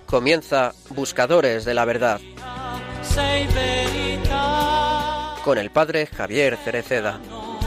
Comienza Buscadores de la Verdad con el Padre Javier Cereceda.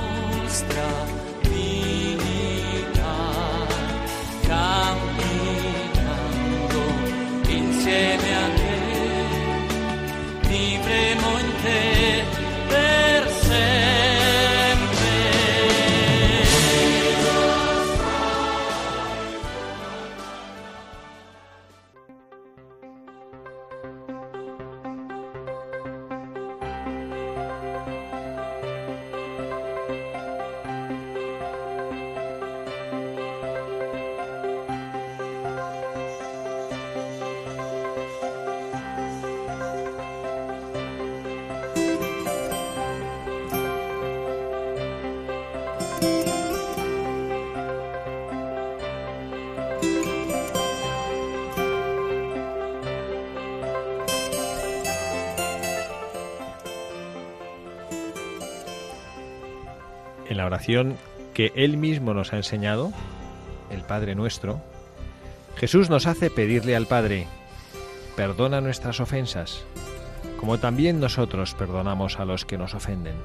En la oración que Él mismo nos ha enseñado, el Padre Nuestro, Jesús nos hace pedirle al Padre: perdona nuestras ofensas, como también nosotros perdonamos a los que nos ofenden.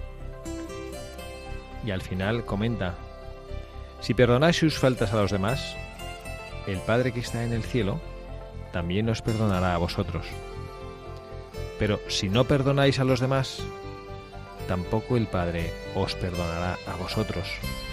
Y al final comenta: si perdonáis sus faltas a los demás, el Padre que está en el cielo también os perdonará a vosotros. Pero si no perdonáis a los demás, tampoco el Padre os perdonará a vosotros.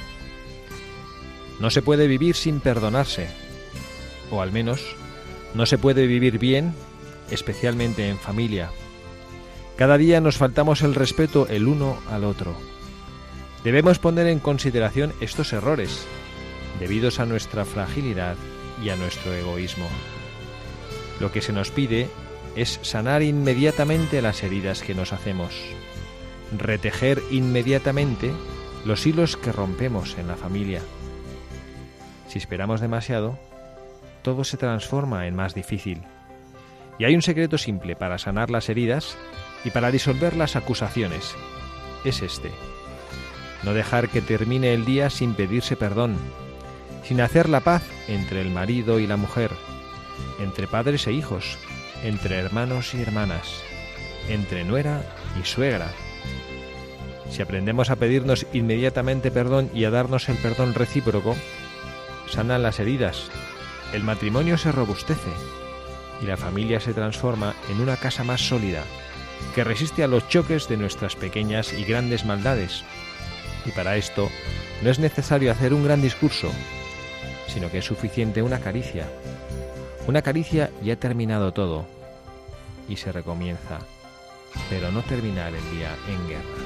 No se puede vivir sin perdonarse, o al menos no se puede vivir bien, especialmente en familia. Cada día nos faltamos el respeto el uno al otro. Debemos poner en consideración estos errores, debidos a nuestra fragilidad y a nuestro egoísmo. Lo que se nos pide es sanar inmediatamente las heridas que nos hacemos, retejer inmediatamente los hilos que rompemos en la familia. Si esperamos demasiado, todo se transforma en más difícil. Y hay un secreto simple para sanar las heridas y para disolver las acusaciones. Es este: no dejar que termine el día sin pedirse perdón, sin hacer la paz entre el marido y la mujer, entre padres e hijos, entre hermanos y hermanas, entre nuera y suegra. Si aprendemos a pedirnos inmediatamente perdón y a darnos el perdón recíproco, sanan las heridas, el matrimonio se robustece y la familia se transforma en una casa más sólida, que resiste a los choques de nuestras pequeñas y grandes maldades. Y para esto no es necesario hacer un gran discurso, sino que es suficiente una caricia. Una caricia y ha terminado todo, y se recomienza, pero no terminar el día en guerra.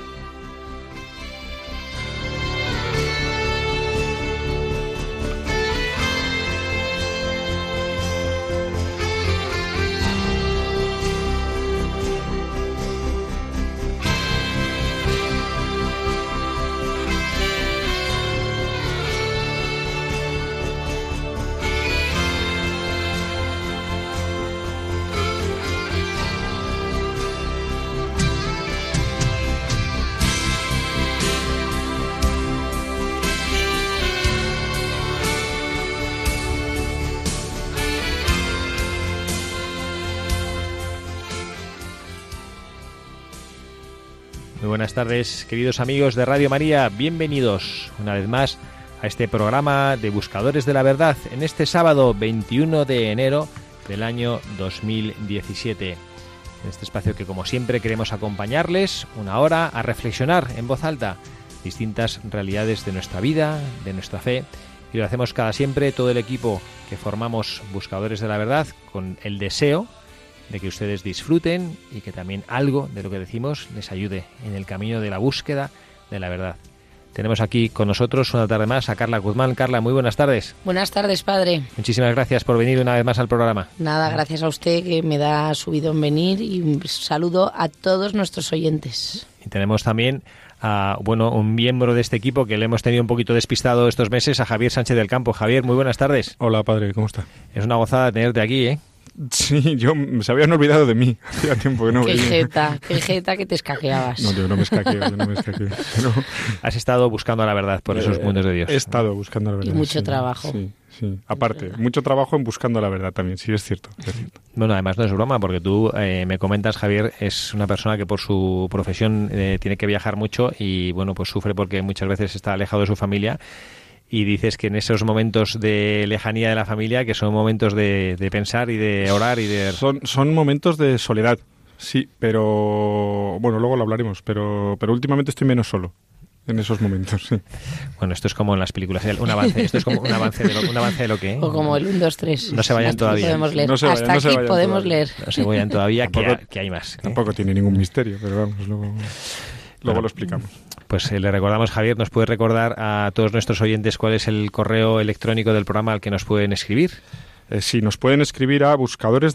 Muy buenas tardes, queridos amigos de Radio María. Bienvenidos una vez más a este programa de Buscadores de la Verdad en este sábado 21 de enero del año 2017. En este espacio que, como siempre, queremos acompañarles una hora a reflexionar en voz alta distintas realidades de nuestra vida, de nuestra fe. Y lo hacemos cada siempre todo el equipo que formamos Buscadores de la Verdad con el deseo de que ustedes disfruten y que también algo de lo que decimos les ayude en el camino de la búsqueda de la verdad. Tenemos aquí con nosotros una tarde más a Carla Guzmán. Carla, muy buenas tardes. Buenas tardes, padre. Muchísimas gracias por venir una vez más al programa. Nada, gracias a usted que me da subidón venir, y un saludo a todos nuestros oyentes. Y tenemos también a un miembro de este equipo que le hemos tenido un poquito despistado estos meses, a Javier Sánchez del Campo. Javier, muy buenas tardes. Hola, padre, ¿cómo está? Es una gozada tenerte aquí, ¿eh? Sí, se habían olvidado de mí. Hacía tiempo que no veía. Qué jeta que te escaqueabas. No, yo no me escaqueo. Pero... Has estado buscando la verdad por esos mundos de Dios. He estado buscando la verdad. Y mucho trabajo. Sí, Sí, aparte, mucho trabajo en buscando la verdad también, sí, es cierto. Bueno, además no es broma, porque tú me comentas, Javier, es una persona que por su profesión tiene que viajar mucho y, bueno, pues sufre porque muchas veces está alejado de su familia. Y dices que en esos momentos de lejanía de la familia, que son momentos de pensar y de orar y de... Son momentos de soledad, sí, pero... Bueno, luego lo hablaremos, pero últimamente estoy menos solo en esos momentos, sí. Bueno, esto es como en las películas, un avance. Esto es como un avance de lo que... O como el 1, 2, 3. No se vayan todavía. Podemos leer. No se vayan, Hasta no se aquí vayan podemos todavía. leer. No se vayan todavía, que hay más. Tampoco tiene ningún misterio, pero vamos, luego lo explicamos. Pues le recordamos, Javier, ¿nos puede recordar a todos nuestros oyentes cuál es el correo electrónico del programa al que nos pueden escribir? Sí, nos pueden escribir a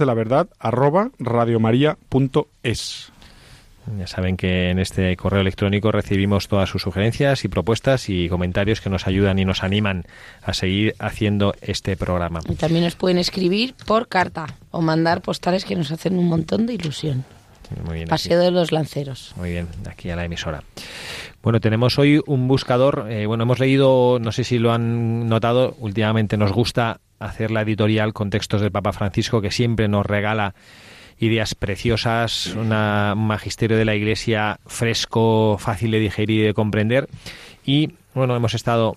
buscadoresdelaverdad@radiomaria.es. Ya saben que en este correo electrónico recibimos todas sus sugerencias y propuestas y comentarios que nos ayudan y nos animan a seguir haciendo este programa. Y también nos pueden escribir por carta o mandar postales que nos hacen un montón de ilusión. Muy bien. Paseo de los Lanceros. Muy bien, aquí a la emisora. Bueno, tenemos hoy un buscador. Hemos leído, no sé si lo han notado, últimamente nos gusta hacer la editorial con textos del Papa Francisco, que siempre nos regala ideas preciosas, un magisterio de la Iglesia fresco, fácil de digerir y de comprender. Y bueno, hemos estado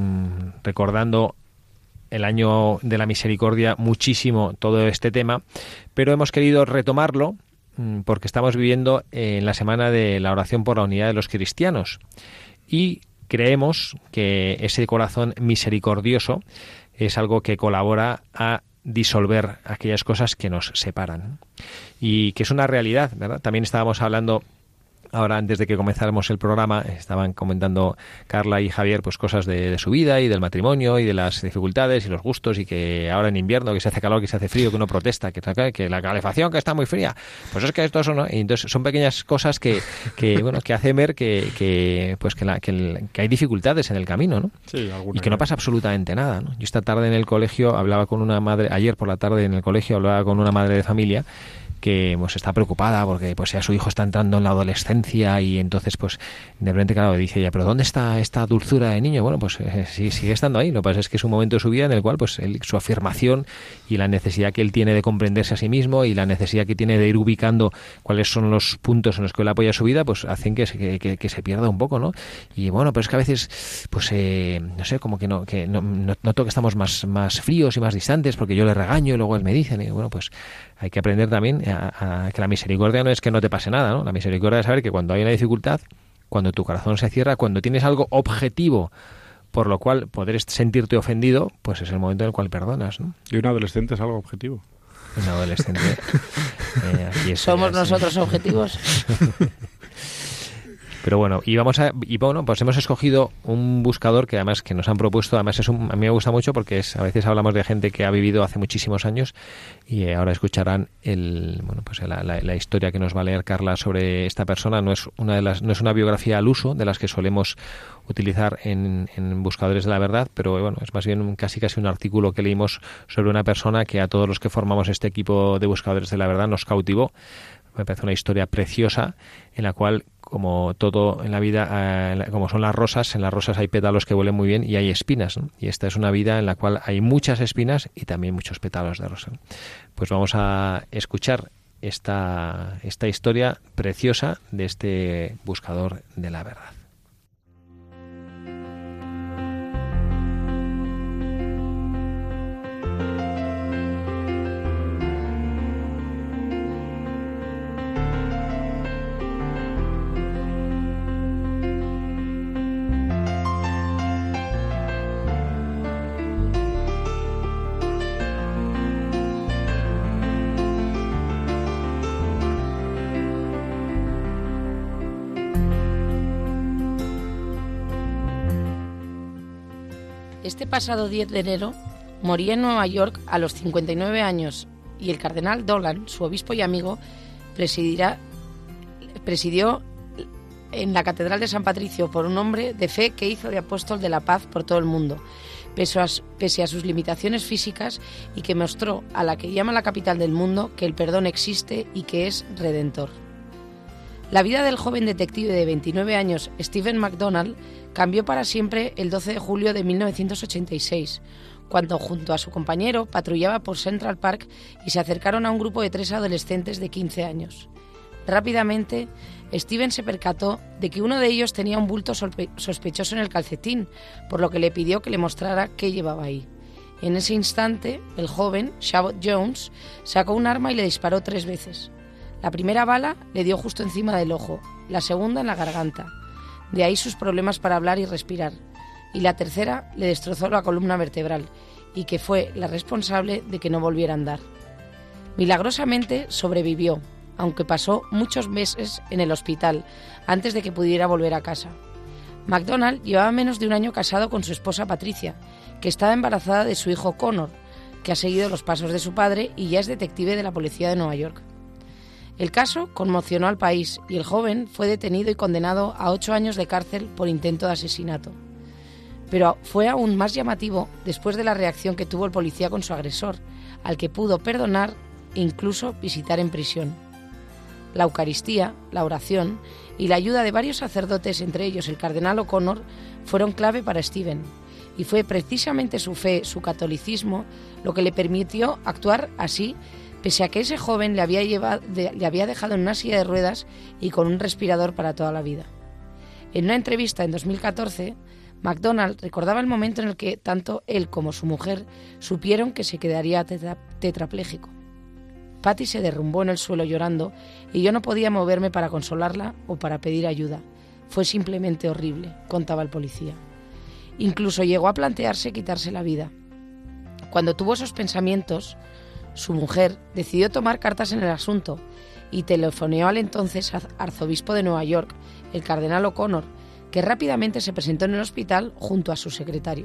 recordando el año de la misericordia muchísimo todo este tema, pero hemos querido retomarlo porque estamos viviendo en la semana de la oración por la unidad de los cristianos y creemos que ese corazón misericordioso es algo que colabora a disolver aquellas cosas que nos separan y que es una realidad, ¿verdad? También estábamos hablando ahora, antes de que comenzáramos el programa, estaban comentando Carla y Javier pues cosas de su vida y del matrimonio y de las dificultades y los gustos, y que ahora en invierno, que se hace calor, que se hace frío, que uno protesta, que la calefacción que está muy fría, pues es que esto son, ¿no? Y entonces son pequeñas cosas que hacen ver que hay dificultades en el camino, ¿no? Sí, y que no pasa absolutamente nada, ¿no? Yo esta tarde en el colegio hablaba con una madre, ayer por la tarde en el colegio hablaba con una madre de familia que pues está preocupada porque pues ya su hijo está entrando en la adolescencia y entonces pues de repente, claro, dice ella, pero ¿dónde está esta dulzura de niño? Bueno, pues sí, sigue estando ahí. Lo que pasa es que es un momento de su vida en el cual pues su afirmación y la necesidad que él tiene de comprenderse a sí mismo y la necesidad que tiene de ir ubicando cuáles son los puntos en los que él apoya su vida, pues hacen que se pierda un poco, ¿no? Y bueno, pero es que a veces pues no sé, como que noto que estamos más fríos y más distantes porque yo le regaño y luego él me dice, y bueno, pues hay que aprender también a que la misericordia no es que no te pase nada, ¿no? La misericordia es saber que cuando hay una dificultad, cuando tu corazón se cierra, cuando tienes algo objetivo por lo cual poder sentirte ofendido, pues es el momento en el cual perdonas, ¿no? Y un adolescente es algo objetivo. Un adolescente. ¿Somos nosotros objetivos? Pero bueno, pues hemos escogido un buscador que además que nos han propuesto, además a mí me gusta mucho porque a veces hablamos de gente que ha vivido hace muchísimos años y ahora escucharán la historia que nos va a leer Carla sobre esta persona. No es una biografía al uso de las que solemos utilizar en Buscadores de la Verdad, pero bueno, es más bien casi un artículo que leímos sobre una persona que a todos los que formamos este equipo de Buscadores de la Verdad nos cautivó. Me parece una historia preciosa en la cual, como todo en la vida, como son las rosas, en las rosas hay pétalos que huelen muy bien y hay espinas, ¿no? Y esta es una vida en la cual hay muchas espinas y también muchos pétalos de rosa. Pues vamos a escuchar esta historia preciosa de este buscador de la verdad. Este pasado 10 de enero moría en Nueva York a los 59 años y el cardenal Dolan, su obispo y amigo, presidió en la Catedral de San Patricio por un hombre de fe que hizo de apóstol de la paz por todo el mundo, pese a sus limitaciones físicas, y que mostró a la que llama la capital del mundo que el perdón existe y que es redentor. La vida del joven detective de 29 años, Stephen McDonald, cambió para siempre el 12 de julio de 1986, cuando junto a su compañero patrullaba por Central Park y se acercaron a un grupo de 3 adolescentes de 15 años. Rápidamente, Steven se percató de que uno de ellos tenía un bulto sospechoso en el calcetín, por lo que le pidió que le mostrara qué llevaba ahí. En ese instante, el joven, Shabbat Jones, sacó un arma y le disparó 3 veces. La primera bala le dio justo encima del ojo, la segunda en la garganta. De ahí sus problemas para hablar y respirar. Y la tercera le destrozó la columna vertebral, y que fue la responsable de que no volviera a andar. Milagrosamente sobrevivió, aunque pasó muchos meses en el hospital antes de que pudiera volver a casa. MacDonald llevaba menos de un año casado con su esposa Patricia, que estaba embarazada de su hijo Connor, que ha seguido los pasos de su padre y ya es detective de la policía de Nueva York. El caso conmocionó al país y el joven fue detenido y condenado a 8 años de cárcel por intento de asesinato. Pero fue aún más llamativo después de la reacción que tuvo el policía con su agresor, al que pudo perdonar e incluso visitar en prisión. La Eucaristía, la oración y la ayuda de varios sacerdotes, entre ellos el cardenal O'Connor, fueron clave para Steven, y fue precisamente su fe, su catolicismo, lo que le permitió actuar así, pese a que ese joven le había dejado en una silla de ruedas y con un respirador para toda la vida. En una entrevista en 2014, MacDonald recordaba el momento en el que tanto él como su mujer supieron que se quedaría tetrapléjico. Patty se derrumbó en el suelo llorando y yo no podía moverme para consolarla o para pedir ayuda. Fue simplemente horrible, contaba el policía. Incluso llegó a plantearse quitarse la vida. Cuando tuvo esos pensamientos, su mujer decidió tomar cartas en el asunto y telefoneó al entonces arzobispo de Nueva York, el cardenal O'Connor, que rápidamente se presentó en el hospital junto a su secretario.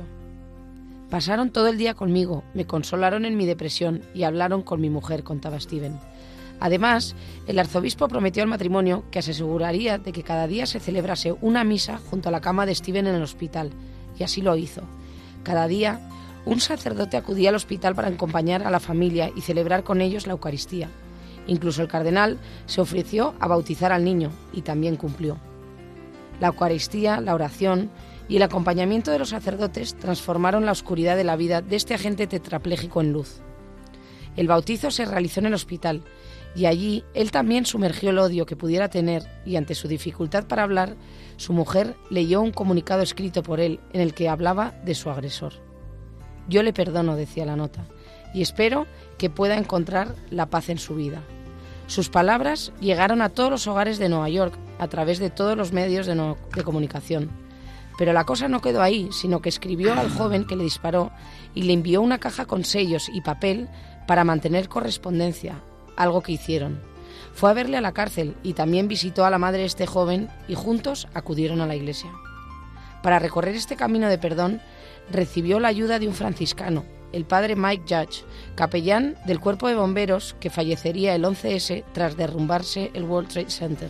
Pasaron todo el día conmigo, me consolaron en mi depresión y hablaron con mi mujer, contaba Steven. Además, el arzobispo prometió al matrimonio que se aseguraría de que cada día se celebrase una misa junto a la cama de Steven en el hospital, y así lo hizo. Cada día, un sacerdote acudía al hospital para acompañar a la familia y celebrar con ellos la Eucaristía. Incluso el cardenal se ofreció a bautizar al niño, y también cumplió. La Eucaristía, la oración y el acompañamiento de los sacerdotes transformaron la oscuridad de la vida de este agente tetrapléjico en luz. El bautizo se realizó en el hospital y allí él también sumergió el odio que pudiera tener y ante su dificultad para hablar, su mujer leyó un comunicado escrito por él en el que hablaba de su agresor. Yo le perdono, decía la nota, y espero que pueda encontrar la paz en su vida. Sus palabras llegaron a todos los hogares de Nueva York a través de todos los medios de comunicación. Pero la cosa no quedó ahí, sino que escribió al joven que le disparó y le envió una caja con sellos y papel para mantener correspondencia, algo que hicieron. Fue a verle a la cárcel y también visitó a la madre de este joven y juntos acudieron a la iglesia. Para recorrer este camino de perdón, recibió la ayuda de un franciscano, el padre Mike Judge, capellán del cuerpo de bomberos que fallecería el 11S tras derrumbarse el World Trade Center.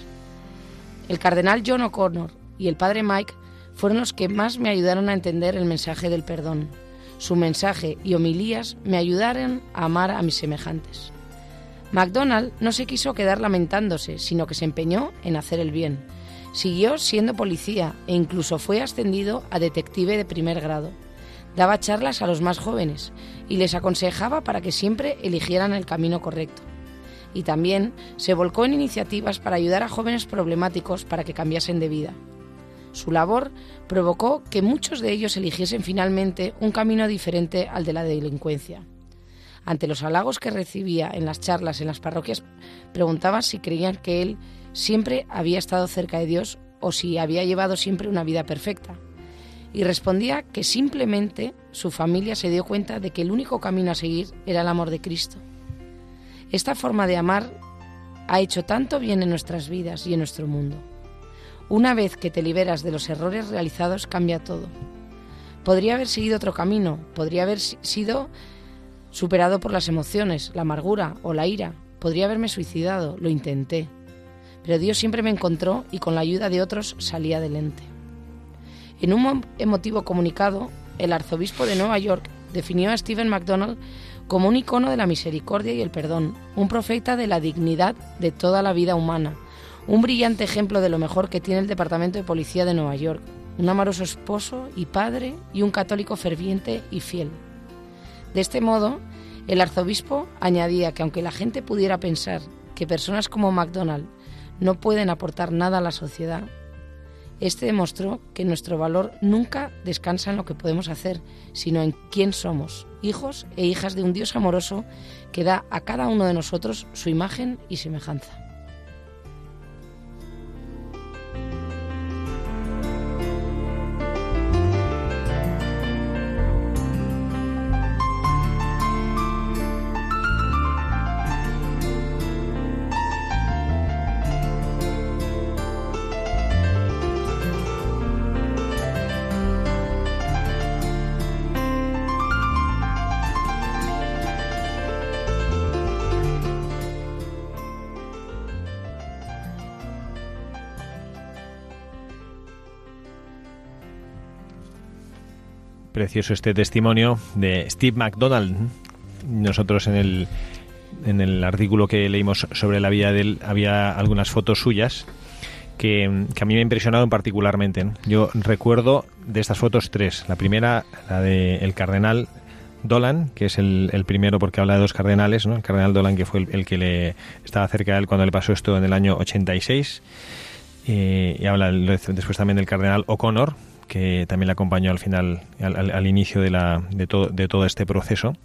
El cardenal John O'Connor y el padre Mike fueron los que más me ayudaron a entender el mensaje del perdón. Su mensaje y homilías me ayudaron a amar a mis semejantes. MacDonald no se quiso quedar lamentándose, sino que se empeñó en hacer el bien. Siguió siendo policía e incluso fue ascendido a detective de primer grado. Daba charlas a los más jóvenes y les aconsejaba para que siempre eligieran el camino correcto. Y también se volcó en iniciativas para ayudar a jóvenes problemáticos para que cambiasen de vida. Su labor provocó que muchos de ellos eligiesen finalmente un camino diferente al de la delincuencia. Ante los halagos que recibía en las charlas en las parroquias, preguntaba si creían que él siempre había estado cerca de Dios o si había llevado siempre una vida perfecta. Y respondía que simplemente su familia se dio cuenta de que el único camino a seguir era el amor de Cristo. Esta forma de amar ha hecho tanto bien en nuestras vidas y en nuestro mundo. Una vez que te liberas de los errores realizados, cambia todo. Podría haber seguido otro camino, podría haber sido superado por las emociones, la amargura o la ira. Podría haberme suicidado, lo intenté. Pero Dios siempre me encontró y con la ayuda de otros salí adelante. En un emotivo comunicado, el arzobispo de Nueva York definió a Steven MacDonald como un icono de la misericordia y el perdón, un profeta de la dignidad de toda la vida humana, un brillante ejemplo de lo mejor que tiene el Departamento de Policía de Nueva York, un amoroso esposo y padre y un católico ferviente y fiel. De este modo, el arzobispo añadía que aunque la gente pudiera pensar que personas como MacDonald no pueden aportar nada a la sociedad, este demostró que nuestro valor nunca descansa en lo que podemos hacer, sino en quién somos, hijos e hijas de un Dios amoroso que da a cada uno de nosotros su imagen y semejanza. Precioso este testimonio de Steve MacDonald. Nosotros en el artículo que leímos sobre la vida de él había algunas fotos suyas que a mí me impresionaron particularmente, ¿no? Yo recuerdo de estas fotos 3. La primera, la del cardenal Dolan, que es el primero porque habla de 2 cardenales, ¿no? El cardenal Dolan, que fue el que le estaba cerca de él cuando le pasó esto en el año 86. Y habla después también del cardenal O'Connor, que también le acompañó al final, al inicio de todo este proceso.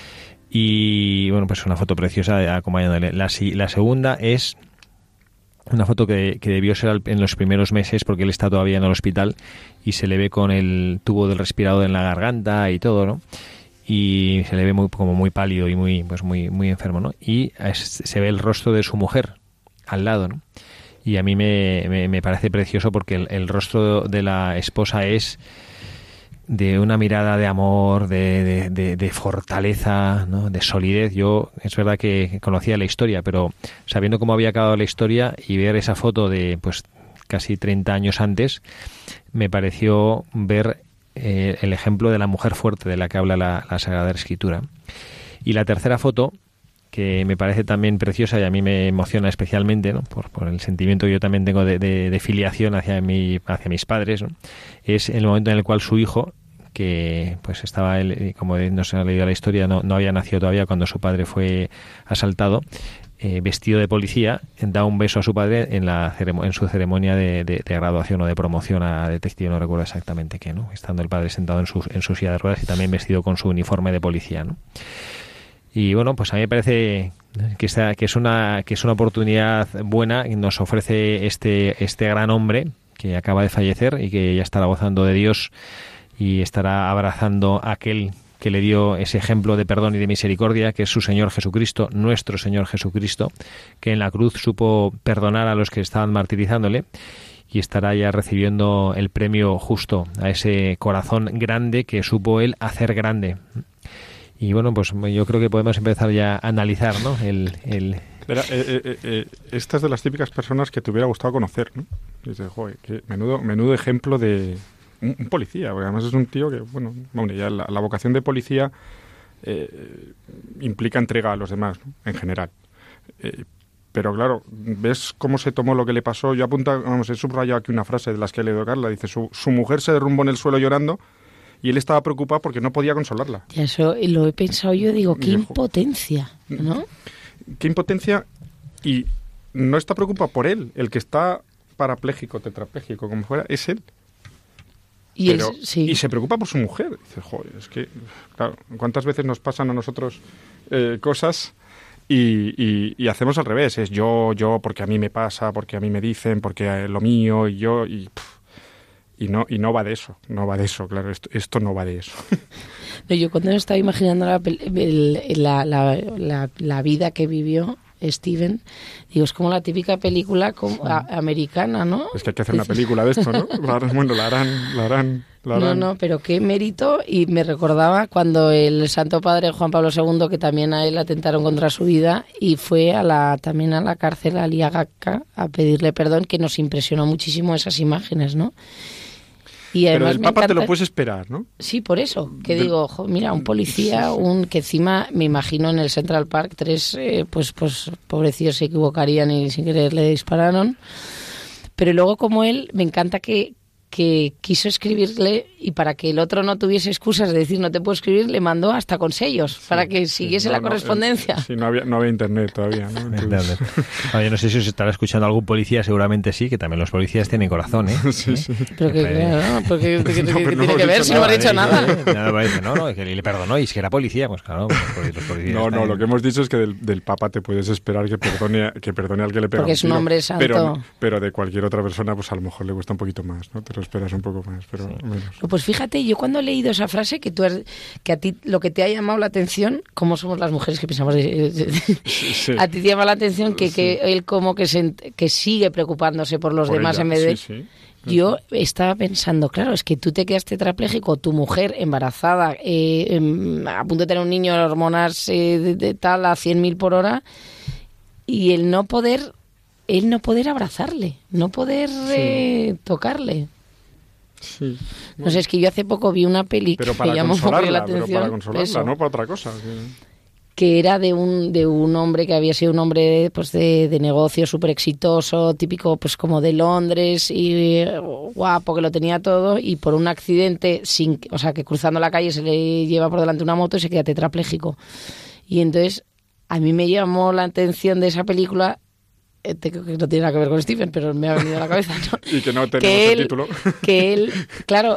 Y bueno, pues una foto preciosa acompañándole. La segunda es una foto que debió ser en los primeros meses, porque él está todavía en el hospital y se le ve con el tubo del respirador en la garganta y todo, ¿no? Y se le ve como muy pálido y muy enfermo, ¿no? Y se ve el rostro de su mujer al lado, ¿no? Y a mí me parece precioso porque el rostro de la esposa es de una mirada de amor, de fortaleza, ¿no? De solidez. Yo, es verdad que conocía la historia, pero sabiendo cómo había acabado la historia y ver esa foto de pues casi 30 años antes, me pareció ver el ejemplo de la mujer fuerte de la que habla la Sagrada Escritura. Y la tercera foto, que me parece también preciosa y a mí me emociona especialmente, ¿no? por el sentimiento que yo también tengo de filiación hacia mis padres, ¿no? Es el momento en el cual su hijo, que pues estaba él, como no se ha leído la historia, no había nacido todavía cuando su padre fue asaltado, vestido de policía, da un beso a su padre en su ceremonia de graduación o de promoción a detective, no recuerdo exactamente qué, ¿no? Estando el padre sentado en su silla de ruedas y también vestido con su uniforme de policía, ¿no? Y bueno, pues a mí me parece que es una oportunidad buena y nos ofrece este gran hombre que acaba de fallecer y que ya estará gozando de Dios y estará abrazando a aquel que le dio ese ejemplo de perdón y de misericordia, que es su Señor Jesucristo, nuestro Señor Jesucristo, que en la cruz supo perdonar a los que estaban martirizándole y estará ya recibiendo el premio justo a ese corazón grande que supo él hacer grande. Y bueno, pues yo creo que podemos empezar ya a analizar, ¿no? Esta es de las típicas personas que te hubiera gustado conocer, ¿no? Y dices, joder, qué menudo ejemplo de un policía, porque además es un tío que, bueno, ya la vocación de policía implica entrega a los demás, ¿no? En general. Pero claro, ves cómo se tomó lo que le pasó. Yo he subrayado aquí una frase de las que he leído Carla, dice, su mujer se derrumbó en el suelo llorando y él estaba preocupado porque no podía consolarla. Y eso lo he pensado yo, digo, qué impotencia, ¿no? Qué impotencia, y no está preocupado por él, el que está parapléjico, tetrapléjico, como fuera, es él. Y se preocupa por su mujer. Dice, joder, es que, claro, ¿cuántas veces nos pasan a nosotros cosas y hacemos al revés? Es yo, porque a mí me pasa, porque a mí me dicen, porque lo mío, y yo, y no va de eso, claro, esto no va de eso. No, yo cuando me estaba imaginando la vida que vivió Steven, digo, es como la típica película americana, ¿no? Es que hay que hacer una película de esto, ¿no? Bueno, la harán. No, pero qué mérito, y me recordaba cuando el Santo Padre Juan Pablo II, que también a él atentaron contra su vida, y fue también a la cárcel, a Liagaca, a pedirle perdón, que nos impresionó muchísimo esas imágenes, ¿no? Y pero del Papa te lo puedes esperar, ¿no? Sí, por eso, que digo, mira, un policía, que encima, me imagino en el Central Park, 3, pues pobrecillos se equivocarían y sin querer le dispararon. Pero luego, como él, me encanta que que quiso escribirle y para que el otro no tuviese excusas de decir no te puedo escribir, le mandó hasta con sellos para que siguiese la correspondencia. Sí, no había internet todavía, ¿no? Entonces... Yo no sé si os estará escuchando algún policía, seguramente sí, que también los policías tienen corazón, ¿eh? Sí. Pero que claro, porque tiene que ver si no me ha dicho nada. No, que le perdonó y si era policía, pues claro, los policías. No, lo que hemos dicho es que del Papa te puedes esperar que perdone al que le pega. Porque es un hombre santo. Pero de cualquier otra persona, pues a lo mejor le cuesta un poquito más, ¿no? Te lo esperas un poco más, pero menos. Pues fíjate, yo cuando he leído esa frase, que a ti lo que te ha llamado la atención, como somos las mujeres que pensamos, Sí. A ti te llama la atención que él como que sigue preocupándose por los demás ella. En vez de... Sí. Yo estaba pensando, claro, es que tú te quedaste tetrapléjico, tu mujer embarazada, a punto de tener un niño, hormonas de tal a 100.000 por hora, y el no poder abrazarle, no poder tocarle. Sí. Bueno. No sé, es que yo hace poco vi una peli que llamó un poco la atención. Pero para consolarla, no para otra cosa. Que era de un hombre que había sido un hombre pues de negocio súper exitoso, típico pues como de Londres y guapo, que lo tenía todo, y por un accidente, que cruzando la calle se le lleva por delante una moto y se queda tetrapléjico. Y entonces a mí me llamó la atención de esa película, que no tiene nada que ver con Stephen, pero me ha venido a la cabeza, ¿no? Y que no tenemos el título. Que él, claro,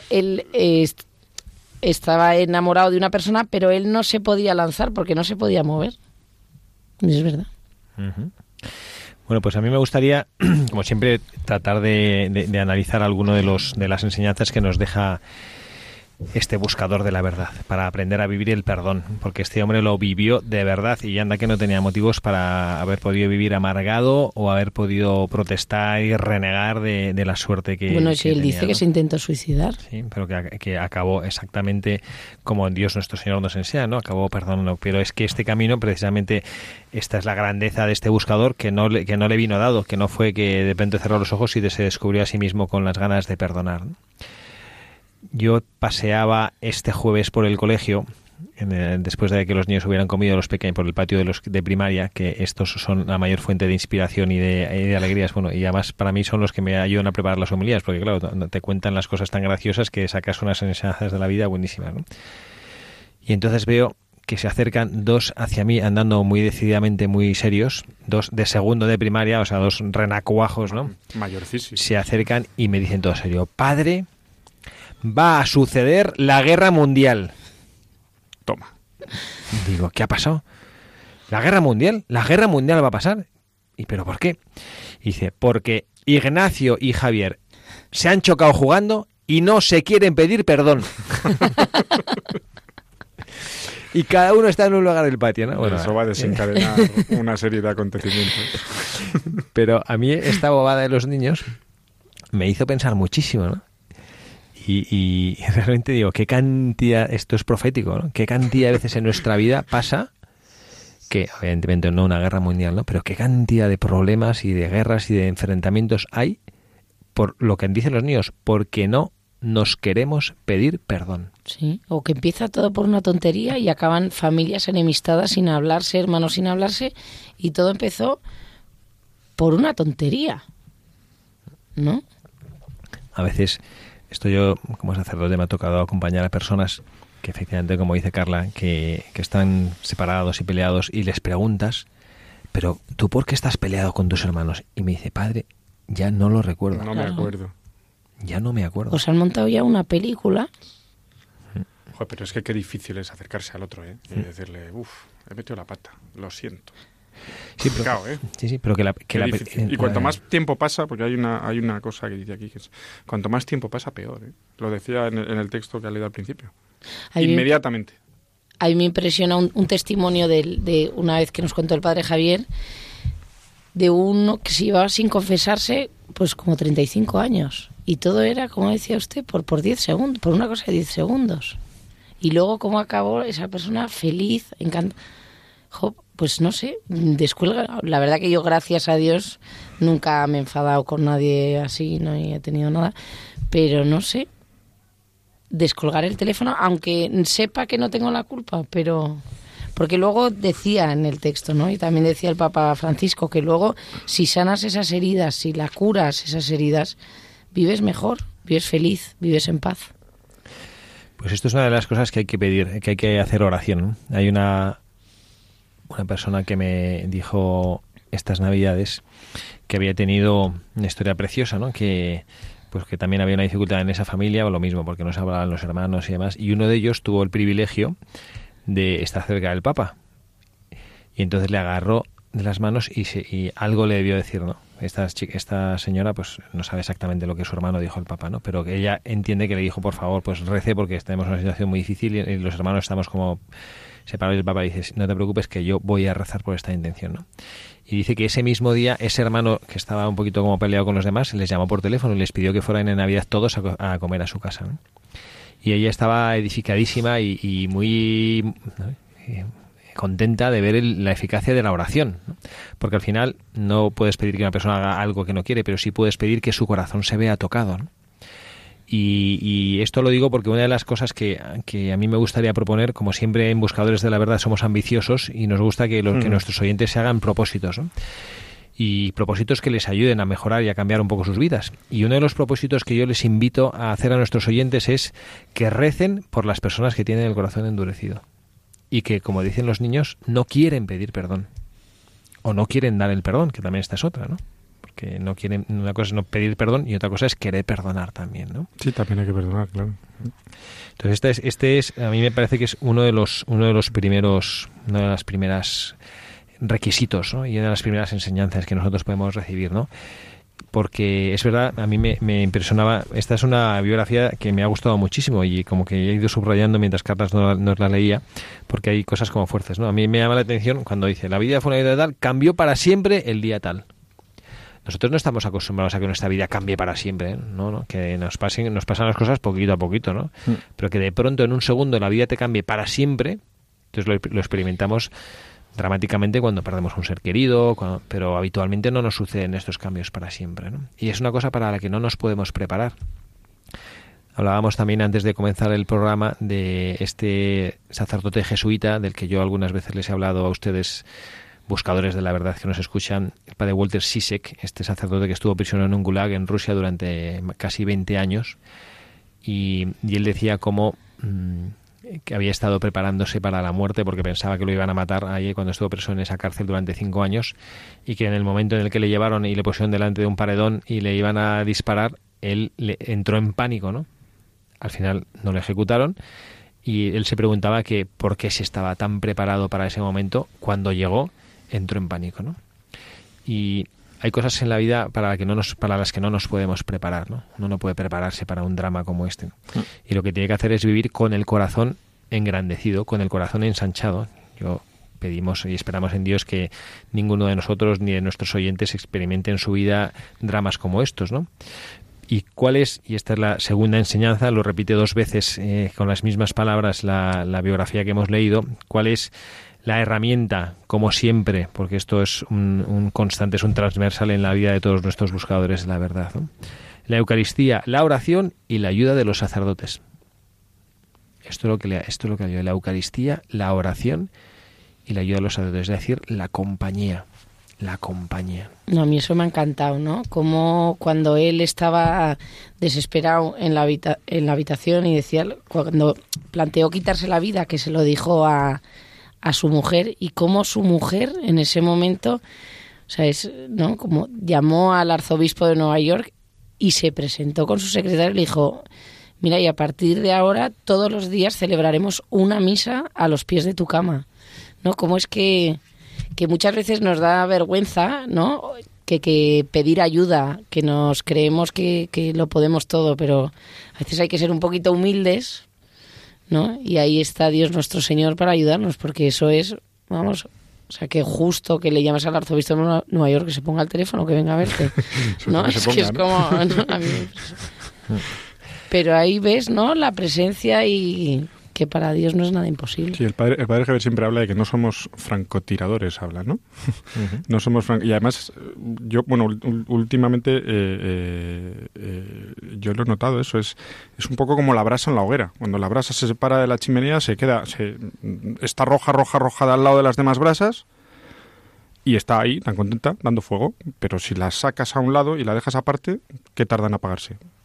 estaba enamorado de una persona, pero él no se podía lanzar porque no se podía mover. Es verdad. Uh-huh. Bueno, pues a mí me gustaría, como siempre, tratar de analizar alguno de las enseñanzas que nos deja este buscador de la verdad, para aprender a vivir el perdón, porque este hombre lo vivió de verdad y anda que no tenía motivos para haber podido vivir amargado o haber podido protestar y renegar de la suerte que bueno, si él tenía, dice, ¿no?, que se intentó suicidar. Sí, pero que acabó exactamente como Dios nuestro Señor nos enseña, ¿no? Acabó perdonando, pero es que este camino, precisamente, esta es la grandeza de este buscador, que no le vino dado, que no fue que de repente cerró los ojos y se descubrió a sí mismo con las ganas de perdonar, ¿no? Yo paseaba este jueves por el colegio, después de que los niños hubieran comido, los pequeños, por el patio de primaria, que estos son la mayor fuente de inspiración y de alegrías, bueno, y además para mí son los que me ayudan a preparar las homilías, porque claro, te cuentan las cosas tan graciosas que sacas unas enseñanzas de la vida buenísimas, ¿no? Y entonces veo que se acercan dos hacia mí andando muy decididamente, muy serios, dos de segundo de primaria, o sea, dos renacuajos, ¿no? Mayorcísimos. Se acercan y me dicen todo serio: padre, va a suceder la guerra mundial. Toma. Digo, ¿qué ha pasado? ¿La guerra mundial? ¿La guerra mundial va a pasar? ¿Y pero por qué? Y dice, porque Ignacio y Javier se han chocado jugando y no se quieren pedir perdón. Y cada uno está en un lugar del patio, ¿no? Bueno, eso va a desencadenar una serie de acontecimientos. Pero a mí esta bobada de los niños me hizo pensar muchísimo, ¿no? Y realmente digo, qué cantidad, esto es profético, ¿no? Qué cantidad de veces en nuestra vida pasa, que evidentemente no una guerra mundial, ¿no? Pero qué cantidad de problemas y de guerras y de enfrentamientos hay por lo que dicen los niños, porque no nos queremos pedir perdón. Sí, o que empieza todo por una tontería y acaban familias enemistadas sin hablarse, hermanos sin hablarse, y todo empezó por una tontería, ¿no? A veces... Esto yo, como sacerdote, me ha tocado acompañar a personas que efectivamente, como dice Carla, que están separados y peleados y les preguntas, pero ¿tú por qué estás peleado con tus hermanos? Y me dice, padre, ya no lo recuerdo. No me acuerdo. Ya no me acuerdo. Os han montado ya una película. Joder, pero es que qué difícil es acercarse al otro, ¿eh? Y decirle, he metido la pata, lo siento. Sí, pero, sí, pero y cuanto más tiempo pasa, porque hay una cosa que dice aquí, que es cuanto más tiempo pasa, peor, ¿eh? Lo decía en el texto que ha leído al principio. Inmediatamente. A mí me impresiona un testimonio de una vez que nos contó el padre Javier, de uno que se llevaba sin confesarse pues como 35 años. Y todo era, como decía usted, por 10 segundos, por una cosa de 10 segundos. Y luego cómo acabó esa persona feliz, encantada. Pues no sé, descuelga. La verdad que yo, gracias a Dios, nunca me he enfadado con nadie así, no he tenido nada. Pero no sé, descolgar el teléfono, aunque sepa que no tengo la culpa, pero... Porque luego decía en el texto, ¿no? Y también decía el Papa Francisco, que luego si sanas esas heridas, si la curas esas heridas, vives mejor. vives feliz, vives en paz. Pues esto es una de las cosas que hay que pedir, que hay que hacer oración, ¿no? Hay una persona que me dijo estas Navidades que había tenido una historia preciosa, ¿no? Que también había una dificultad en esa familia, o lo mismo, porque no se hablaban los hermanos y demás, y uno de ellos tuvo el privilegio de estar cerca del Papa, y entonces le agarró de las manos y algo le debió decir, ¿no? Esta señora pues no sabe exactamente lo que su hermano dijo al Papa, ¿no? Pero que ella entiende que le dijo, por favor, pues rece porque tenemos una situación muy difícil y los hermanos estamos como separados. El Papa dice, no te preocupes que yo voy a rezar por esta intención, ¿no? Y dice que ese mismo día, ese hermano que estaba un poquito como peleado con los demás, les llamó por teléfono y les pidió que fueran en Navidad todos a comer a su casa, ¿no? Y ella estaba edificadísima y muy... ¿no? Contenta de ver la eficacia de la oración, ¿no? Porque al final no puedes pedir que una persona haga algo que no quiere, pero sí puedes pedir que su corazón se vea tocado, ¿no? Y esto lo digo porque una de las cosas que a mí me gustaría proponer, como siempre en Buscadores de la Verdad somos ambiciosos y nos gusta que nuestros oyentes se hagan propósitos, ¿no? Y propósitos que les ayuden a mejorar y a cambiar un poco sus vidas. Y uno de los propósitos que yo les invito a hacer a nuestros oyentes es que recen por las personas que tienen el corazón endurecido y que, como dicen los niños, no quieren pedir perdón o no quieren dar el perdón, que también esta es otra, ¿no? Porque no quieren, una cosa es no pedir perdón y otra cosa es querer perdonar también, ¿no? Sí, también hay que perdonar, claro. Entonces este es a mí me parece que es uno de los primeros, una de las primeras requisitos, ¿no? Y una de las primeras enseñanzas que nosotros podemos recibir, ¿no? Porque es verdad, a mí me impresionaba. Esta es una biografía que me ha gustado muchísimo y como que he ido subrayando mientras Carlas nos la leía, porque hay cosas como fuertes, ¿no? A mí me llama la atención cuando dice, la vida fue una vida tal, cambió para siempre el día tal. Nosotros no estamos acostumbrados a que nuestra vida cambie para siempre, ¿eh? ¿No? Que nos pasan las cosas poquito a poquito, ¿no? Pero que de pronto en un segundo la vida te cambie para siempre, entonces lo experimentamos dramáticamente cuando perdemos un ser querido, pero habitualmente no nos suceden estos cambios para siempre, ¿no? Y es una cosa para la que no nos podemos preparar. Hablábamos también antes de comenzar el programa de este sacerdote jesuita del que yo algunas veces les he hablado a ustedes, buscadores de la verdad que nos escuchan, el padre Walter Zizek, este sacerdote que estuvo prisionero en un gulag en Rusia durante casi 20 años y él decía cómo que había estado preparándose para la muerte porque pensaba que lo iban a matar ahí cuando estuvo preso en esa cárcel durante 5 años y que en el momento en el que le llevaron y le pusieron delante de un paredón y le iban a disparar, él entró en pánico, ¿no? Al final no le ejecutaron y él se preguntaba que por qué se estaba tan preparado para ese momento. Cuando llegó, entró en pánico, ¿no? Y hay cosas en la vida para las que no nos podemos preparar, ¿no? Uno no puede prepararse para un drama como este, ¿no? Y lo que tiene que hacer es vivir con el corazón engrandecido, con el corazón ensanchado. Pedimos y esperamos en Dios que ninguno de nosotros ni de nuestros oyentes experimente en su vida dramas como estos, ¿no? ¿Y cuál es? Y esta es la segunda enseñanza, lo repite 2 veces con las mismas palabras la biografía que hemos leído. ¿Cuál es la herramienta, como siempre, porque esto es un constante, es un transversal en la vida de todos nuestros buscadores de la verdad, ¿no? La Eucaristía, la oración y la ayuda de los sacerdotes. Esto es lo que ayuda, la Eucaristía, la oración y la ayuda de los sacerdotes, es decir, la compañía. La compañía. No, a mí eso me ha encantado, ¿no? Como cuando él estaba desesperado en la habitación y decía, cuando planteó quitarse la vida, que se lo dijo a su mujer, y cómo su mujer en ese momento, o sea, ¿no? Como llamó al arzobispo de Nueva York y se presentó con su secretario y le dijo, mira, y a partir de ahora todos los días celebraremos una misa a los pies de tu cama, ¿no? Como es que muchas veces nos da vergüenza, ¿no? Que pedir ayuda, que nos creemos que lo podemos todo, pero a veces hay que ser un poquito humildes, ¿no? Y ahí está Dios nuestro Señor para ayudarnos, porque eso es, vamos, o sea, que justo que le llamas al arzobispo de Nueva York que se ponga el teléfono, que venga a verte, ¿no? Es que es como... ¿no? A mí, pero ahí ves, ¿no? La presencia y que para Dios no es nada imposible. Sí, el padre Javier siempre habla de que no somos francotiradores, habla, ¿no? Uh-huh. No somos y además, yo, bueno, últimamente yo lo he notado, eso es un poco como la brasa en la hoguera. Cuando la brasa se separa de la chimenea, está roja al lado de las demás brasas y está ahí, tan contenta, dando fuego. Pero si la sacas a un lado y la dejas aparte, ¿qué tarda en apagarse?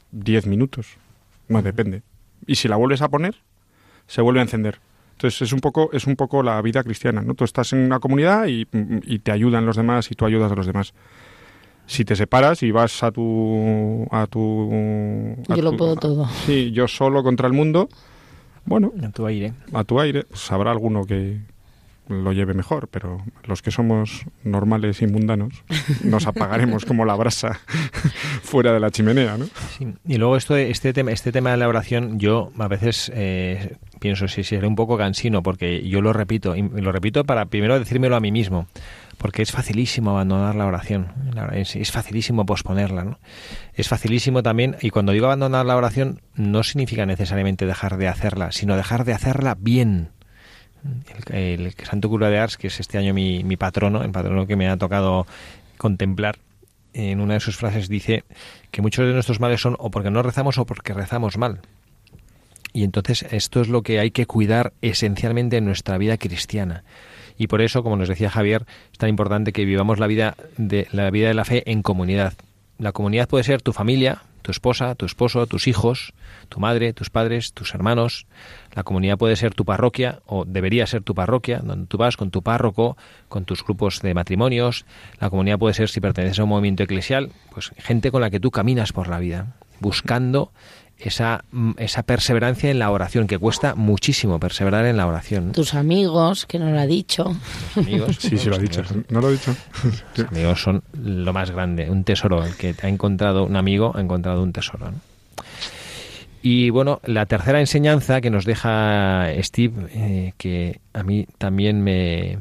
10 minutos. No, depende. Y si la vuelves a poner, se vuelve a encender. Entonces es un poco la vida cristiana, ¿no? Tú estás en una comunidad y te ayudan los demás y tú ayudas a los demás. Si te separas y vas a tu yo lo puedo todo. Sí, yo solo contra el mundo. Bueno, a tu aire, pues habrá alguno que lo lleve mejor, pero los que somos normales y mundanos nos apagaremos como la brasa fuera de la chimenea, ¿no? Sí. Y luego este tema de la oración, yo a veces pienso si seré un poco cansino, porque yo lo repito, y lo repito para primero decírmelo a mí mismo, porque es facilísimo abandonar la oración, es facilísimo posponerla, ¿no? Es facilísimo también, y cuando digo abandonar la oración no significa necesariamente dejar de hacerla, sino dejar de hacerla bien. El santo cura de Ars, que es este año mi patrono, el patrono que me ha tocado contemplar, en una de sus frases dice que muchos de nuestros males son o porque no rezamos o porque rezamos mal. Y entonces esto es lo que hay que cuidar esencialmente en nuestra vida cristiana. Y por eso, como nos decía Javier, es tan importante que vivamos la vida de la fe en comunidad. La comunidad puede ser tu familia, tu esposa, tu esposo, tus hijos, tu madre, tus padres, tus hermanos. La comunidad puede ser tu parroquia, o debería ser tu parroquia, donde tú vas con tu párroco, con tus grupos de matrimonios. La comunidad puede ser, si perteneces a un movimiento eclesial, pues gente con la que tú caminas por la vida, buscando esa perseverancia en la oración, que cuesta muchísimo perseverar en la oración. Tus amigos, que no lo ha dicho. Amigos, sí, lo ha dicho. ¿No lo ha dicho? Los amigos son lo más grande, un tesoro. El que ha encontrado un amigo ha encontrado un tesoro, ¿no? Y bueno, la tercera enseñanza que nos deja Steve, que a mí también me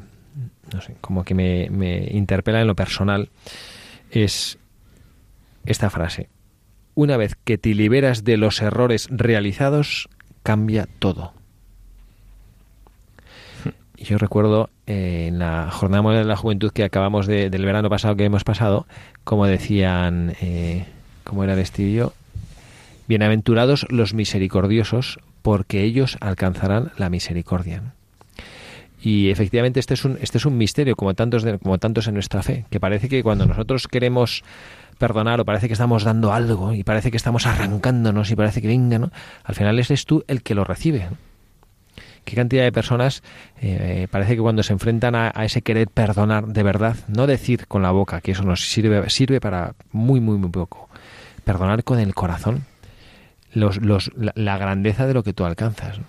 interpela en lo personal, es esta frase: una vez que te liberas de los errores realizados, cambia todo. Y yo recuerdo en la Jornada Mundial de la Juventud que acabamos del verano pasado que hemos pasado, como decían, ¿cómo era el estribillo? Bienaventurados los misericordiosos, porque ellos alcanzarán la misericordia. Y efectivamente este es un misterio, como tantos en nuestra fe, que parece que cuando nosotros queremos perdonar, o parece que estamos dando algo, y parece que estamos arrancándonos, y parece que venga, ¿no? Al final eres tú el que lo recibe. ¿Qué cantidad de personas parece que cuando se enfrentan a ese querer perdonar de verdad, no decir con la boca, que eso nos sirve para muy, muy, muy poco, perdonar con el corazón, la grandeza de lo que tú alcanzas, ¿no?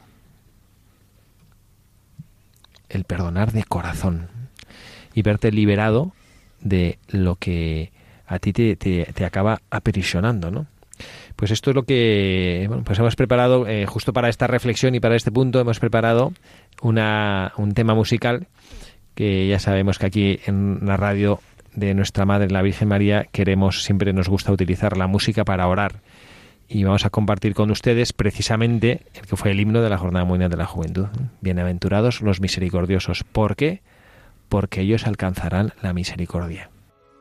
El perdonar de corazón y verte liberado de lo que a ti te acaba aprisionando, ¿no? Pues esto es lo que pues hemos preparado justo para esta reflexión, y para este punto hemos preparado un tema musical que ya sabemos que aquí en la radio de nuestra Madre, la Virgen María, siempre nos gusta utilizar la música para orar. Y vamos a compartir con ustedes precisamente el que fue el himno de la Jornada Mundial de la Juventud. Bienaventurados los misericordiosos. ¿Por qué? Porque ellos alcanzarán la misericordia.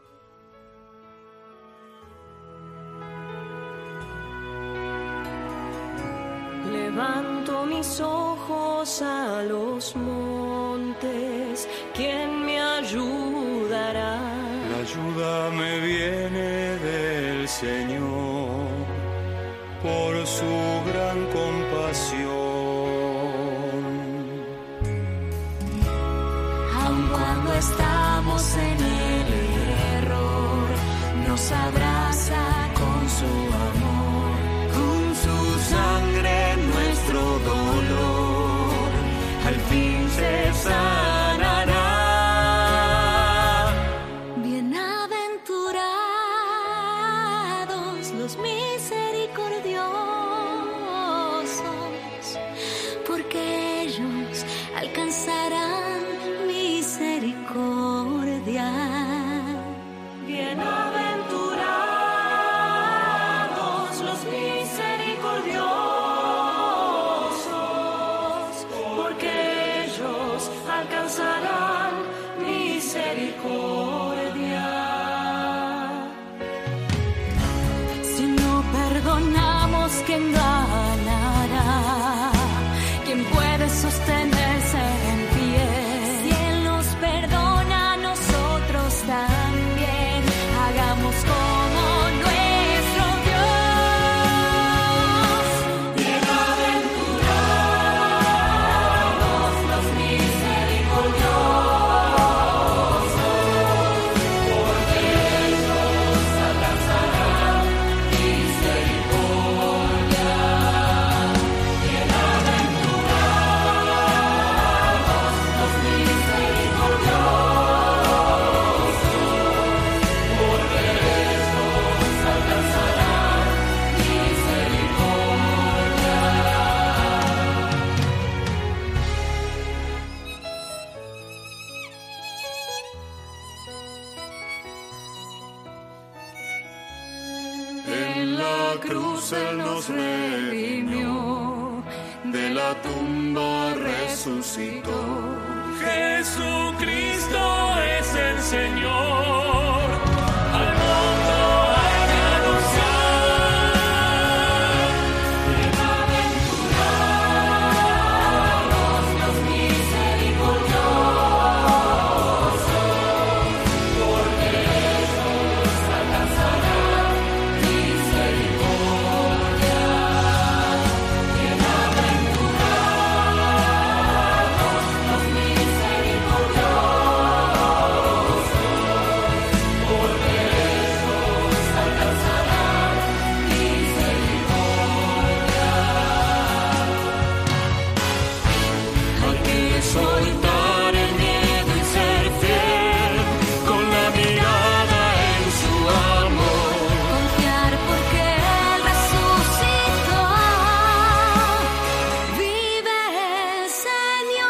Levanto mis ojos a los montes, ¿quién me ayudará? La ayuda me viene del Señor, por su gran compasión. Aun cuando estamos en el error, nos abraza con su amor, con su sangre nuestro dolor al fin se sanará. Bienaventurados los misericordiosos, porque ellos alcanzarán misericordia. Bienaventurados la cruz Él nos redimió, de la tumba resucitó. Jesucristo es el Señor, al mundo hay que anunciar. Bienaventurados los misericordiosos, porque ellos alcanzarán misericordia. Bienaventurados los misericordiosos, porque ellos alcanzarán misericordia. Hay que soltar el miedo y ser fiel, con la mirada en su amor. Confiar porque Él resucitó. Vive el Señor.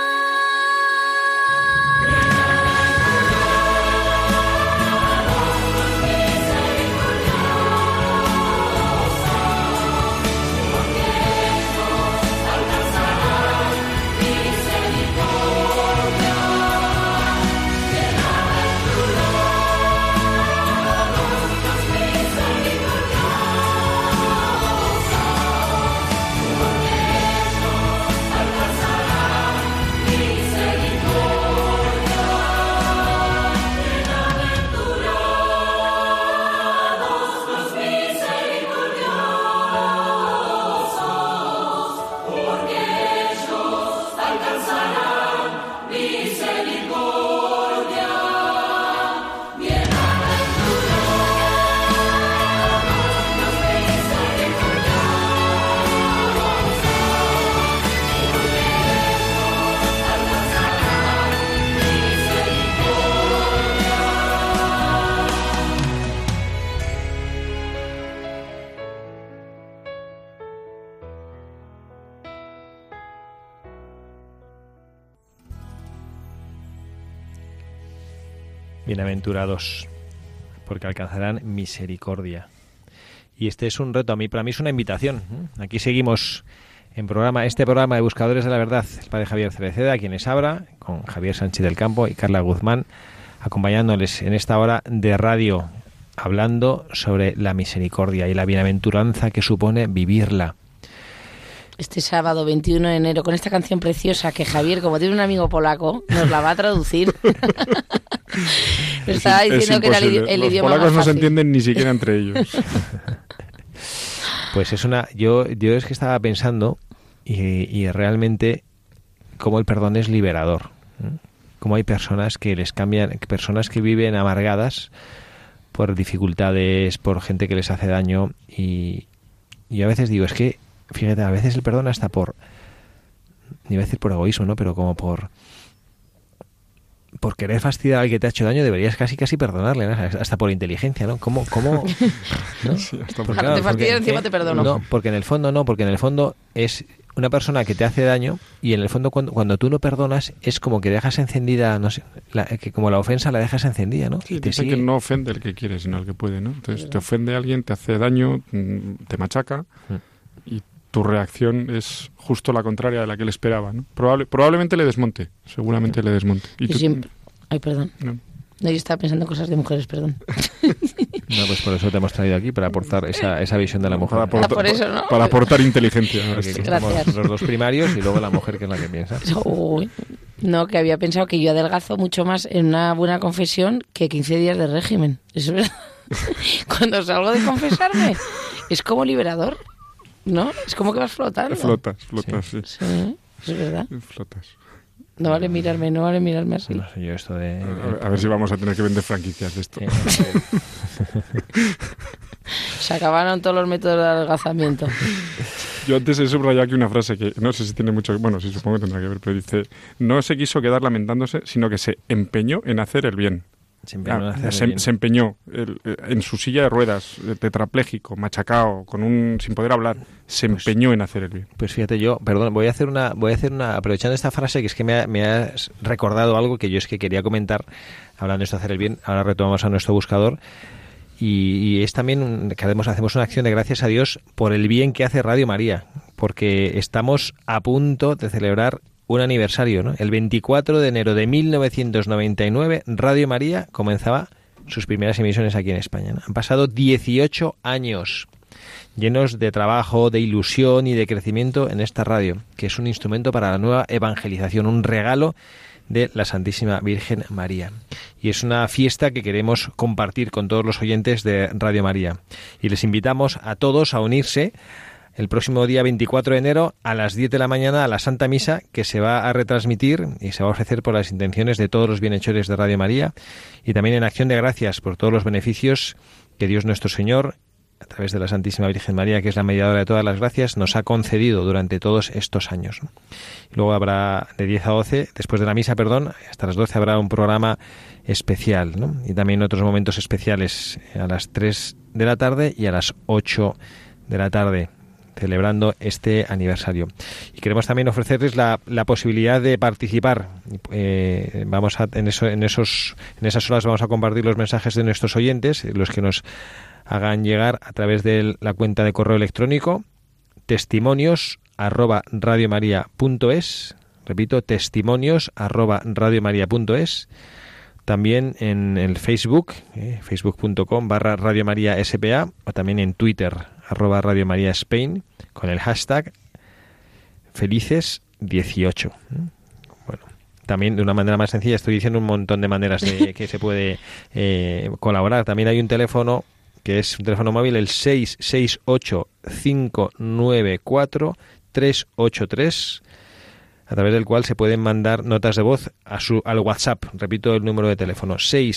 Bienaventurados, porque alcanzarán misericordia. Y este es un reto, para mí es una invitación. Aquí seguimos en este programa de Buscadores de la Verdad, el padre Javier Cereceda, quienes habla, con Javier Sánchez del Campo y Carla Guzmán, acompañándoles en esta hora de radio, hablando sobre la misericordia y la bienaventuranza que supone vivirla. Este sábado 21 de enero, con esta canción preciosa que Javier, como tiene un amigo polaco, nos la va a traducir. Me estaba diciendo que era el idioma más fácil. Los polacos no se entienden ni siquiera entre ellos. Pues es yo es que estaba pensando y realmente cómo el perdón es liberador. Cómo hay personas que les cambian, personas que viven amargadas por dificultades, por gente que les hace daño y a veces digo, es que fíjate, a veces el perdón hasta por, no iba a decir por egoísmo, ¿no? Pero como por querer fastidiar al que te ha hecho daño, deberías casi perdonarle, ¿no? Hasta por inteligencia, ¿no? ¿Cómo? ¿No? Sí, hasta porque, claro, te fastidia encima te perdono. No, porque en el fondo es una persona que te hace daño y en el fondo cuando tú no perdonas es como que dejas encendida, no sé, que como la ofensa la dejas encendida, ¿no? Sí, dice que no ofende el que quiere, sino el que puede, ¿no? Entonces te ofende a alguien, te hace daño, te machaca y tu reacción es justo la contraria de la que él esperaba, ¿no? Probablemente le desmonte, seguramente le desmonte. Y tú, siempre... Ay, perdón. No, yo estaba pensando cosas de mujeres, perdón. No, pues por eso te hemos traído aquí, para aportar esa visión de la mujer. Por eso, ¿no? Para aportar inteligencia. Estamos los dos primarios y luego la mujer, que es la que piensa. Uy, no, que había pensado que yo adelgazo mucho más en una buena confesión que 15 días de régimen. Es verdad. Cuando salgo de confesarme, es como liberador. ¿No? Es como que vas flotando. Flotas, sí. Sí, es verdad. Flotas. No vale mirarme así. No sé yo esto de... A ver si vamos a tener que vender franquicias de esto. Se acabaron todos los métodos de adelgazamiento. Yo antes he subrayado aquí una frase que no sé si tiene mucho... Bueno, sí, supongo que tendrá que ver, pero dice: no se quiso quedar lamentándose, sino que se empeñó en hacer el bien. Se empeñó en su silla de ruedas, tetrapléjico, machacado, sin poder hablar, se empeñó en hacer el bien. Pues fíjate, voy a hacer una, aprovechando esta frase, que es que me has recordado algo que yo es que quería comentar, hablando de esto de hacer el bien. Ahora retomamos a nuestro buscador y es también que hacemos una acción de gracias a Dios por el bien que hace Radio María, porque estamos a punto de celebrar un aniversario, ¿no? El 24 de enero de 1999, Radio María comenzaba sus primeras emisiones aquí en España, ¿no? Han pasado 18 años llenos de trabajo, de ilusión y de crecimiento en esta radio, que es un instrumento para la nueva evangelización, un regalo de la Santísima Virgen María. Y es una fiesta que queremos compartir con todos los oyentes de Radio María. Y les invitamos a todos a unirse el próximo día 24 de enero a las 10 de la mañana a la Santa Misa, que se va a retransmitir y se va a ofrecer por las intenciones de todos los bienhechores de Radio María, y también en acción de gracias por todos los beneficios que Dios nuestro Señor, a través de la Santísima Virgen María, que es la mediadora de todas las gracias, nos ha concedido durante todos estos años. Luego habrá de 10 a 12, después de la misa, hasta las 12 habrá un programa especial, ¿no? Y también otros momentos especiales a las 3 de la tarde y a las 8 de la tarde, celebrando este aniversario. Y queremos también ofrecerles la posibilidad de participar. En esas horas vamos a compartir los mensajes de nuestros oyentes, los que nos hagan llegar a través de la cuenta de correo electrónico testimonios@radiomaria.es. Repito, testimonios@radiomaria.es. También en el Facebook, facebook.com/Radio María SPA, o también en Twitter, @Radio María Spain, con el hashtag Felices18. Bueno, también de una manera más sencilla, estoy diciendo un montón de maneras de que se puede colaborar. También hay un teléfono, que es un teléfono móvil, el 668-594-383, a través del cual se pueden mandar notas de voz al WhatsApp. Repito el número de teléfono,